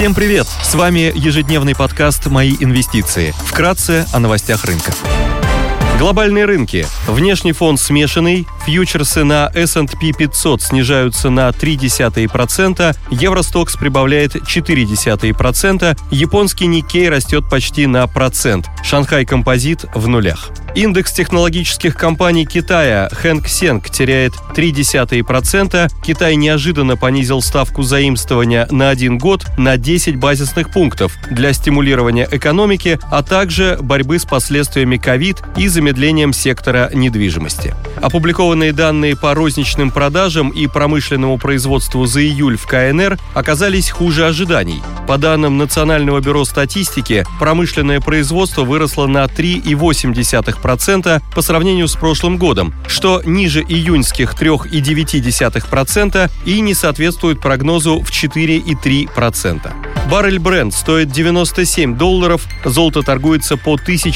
Всем привет! С вами ежедневный подкаст «Мои инвестиции». Вкратце о новостях рынка. Глобальные рынки. Внешний фон смешанный, фьючерсы на S&P 500 снижаются на 0,3%, Евростокс прибавляет 0,4%, японский Никкей растет почти на 1%, Шанхай Композит в нулях. Индекс технологических компаний Китая Хэнк Сенг теряет 0,3%. Китай неожиданно понизил ставку заимствования на 1 год на 10 базисных пунктов для стимулирования экономики, а также борьбы с последствиями ковид и замедлением сектора недвижимости. Опубликованные данные по розничным продажам и промышленному производству за июль в КНР оказались хуже ожиданий. По данным Национального бюро статистики, промышленное производство выросло на 3,8% по сравнению с прошлым годом, что ниже июньских 3,9% и не соответствует прогнозу в 4,3%. Баррель Brent стоит $97, золото торгуется по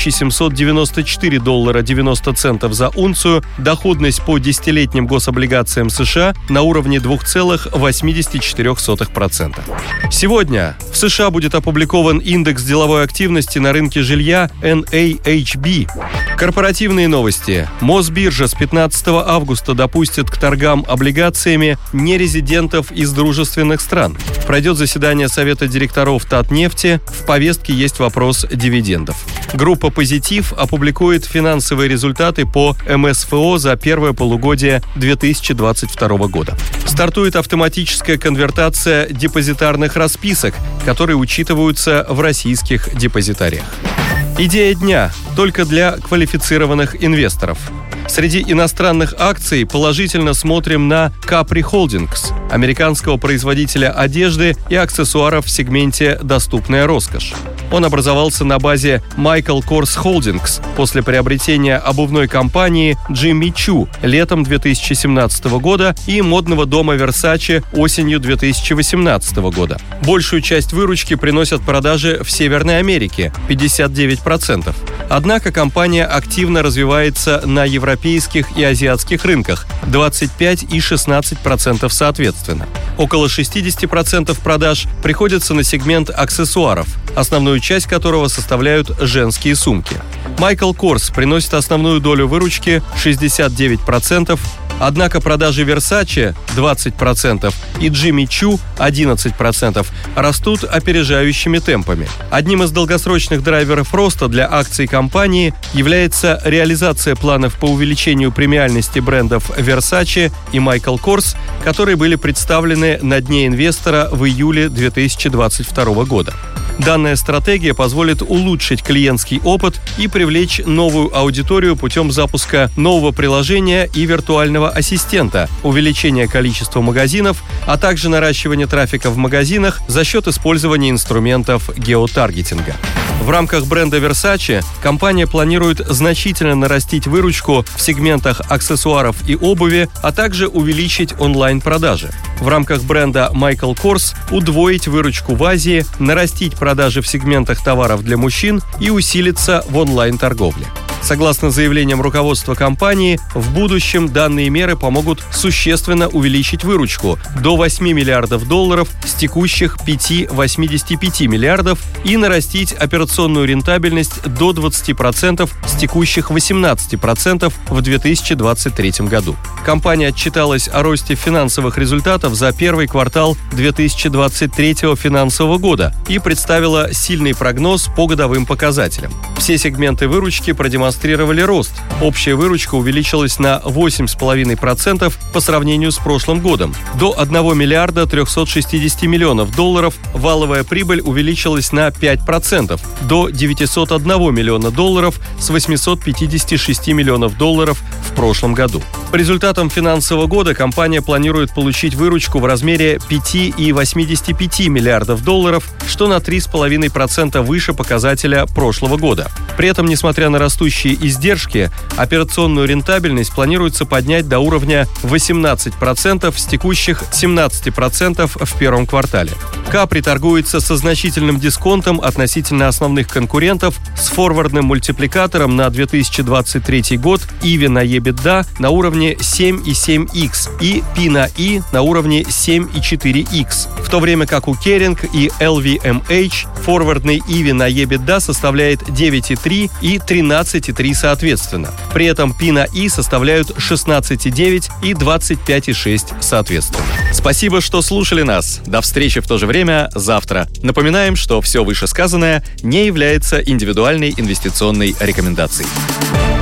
$1194.90 за унцию, доходность по десятилетним гособлигациям США на уровне 2,84%. Сегодня в США будет опубликован индекс деловой активности на рынке жилья NAHB. Корпоративные новости. Мосбиржа с 15 августа допустит к торгам облигациями нерезидентов из дружественных стран. Пройдет заседание Совета директоров Татнефти. В повестке есть вопрос дивидендов. Группа «Позитив» опубликует финансовые результаты по МСФО за первое полугодие 2022 года. Стартует автоматическая конвертация депозитарных расписок, которые учитываются в российских депозитариях. Идея дня только для квалифицированных инвесторов. Среди иностранных акций положительно смотрим на Capri Holdings, американского производителя одежды и аксессуаров в сегменте «Доступная роскошь». Он образовался на базе Michael Kors Holdings после приобретения обувной компании Jimmy Choo летом 2017 года и модного дома Versace осенью 2018 года. Большую часть выручки приносят продажи в Северной Америке – 59%. Однако компания активно развивается на европейских и азиатских рынках – 25 и 16% соответственно. Около 60% продаж приходится на сегмент аксессуаров, основную часть которого составляют женские сумки. Michael Kors приносит основную долю выручки – 69%, однако продажи Versace 20% и Jimmy Choo 11% растут опережающими темпами. Одним из долгосрочных драйверов роста для акций компании является реализация планов по увеличению премиальности брендов Versace и Michael Kors, которые были представлены на Дне инвестора в июле 2022 года. Данная стратегия позволит улучшить клиентский опыт и привлечь новую аудиторию путем запуска нового приложения и виртуального ассистента, увеличения количества магазинов, а также наращивания трафика в магазинах за счет использования инструментов геотаргетинга. В рамках бренда Versace компания планирует значительно нарастить выручку в сегментах аксессуаров и обуви, а также увеличить онлайн-продажи. В рамках бренда Michael Kors удвоить выручку в Азии, нарастить продажи в сегментах товаров для мужчин и усилиться в онлайн-торговле. Согласно заявлениям руководства компании, в будущем данные меры помогут существенно увеличить выручку до $8 миллиардов с текущих 5,85 миллиардов и нарастить операционную рентабельность до 20% с текущих 18% в 2023 году. Компания отчиталась о росте финансовых результатов за первый квартал 2023 финансового года и представила сильный прогноз по годовым показателям. Все сегменты выручки продемонстрировали рост. Общая выручка увеличилась на 8,5% по сравнению с прошлым годом, до $1 миллиарда 360 миллионов. Валовая прибыль увеличилась на 5%, до $901 миллиона с 856 миллионов в прошлом году. По результатам финансового года компания планирует получить выручку в размере $5,85 миллиардов, что на 3,5% выше показателя прошлого года. При этом, несмотря на растущие издержки, операционную рентабельность планируется поднять до уровня 18% с текущих 17% в первом квартале. Capri торгуется со значительным дисконтом относительно основных конкурентов, с форвардным мультипликатором на 2023 год EV на EBITDA на уровне 7,7x и P на I на уровне 7,4x, в то время как у Kering и LVMH форвардный EV на EBITDA составляет 9,3 и 13,3 соответственно. При этом P на I составляют 16,9 и 25,6 соответственно. Спасибо, что слушали нас. До встречи в то же время завтра. Напоминаем, что все вышесказанное не является индивидуальной инвестиционной рекомендацией.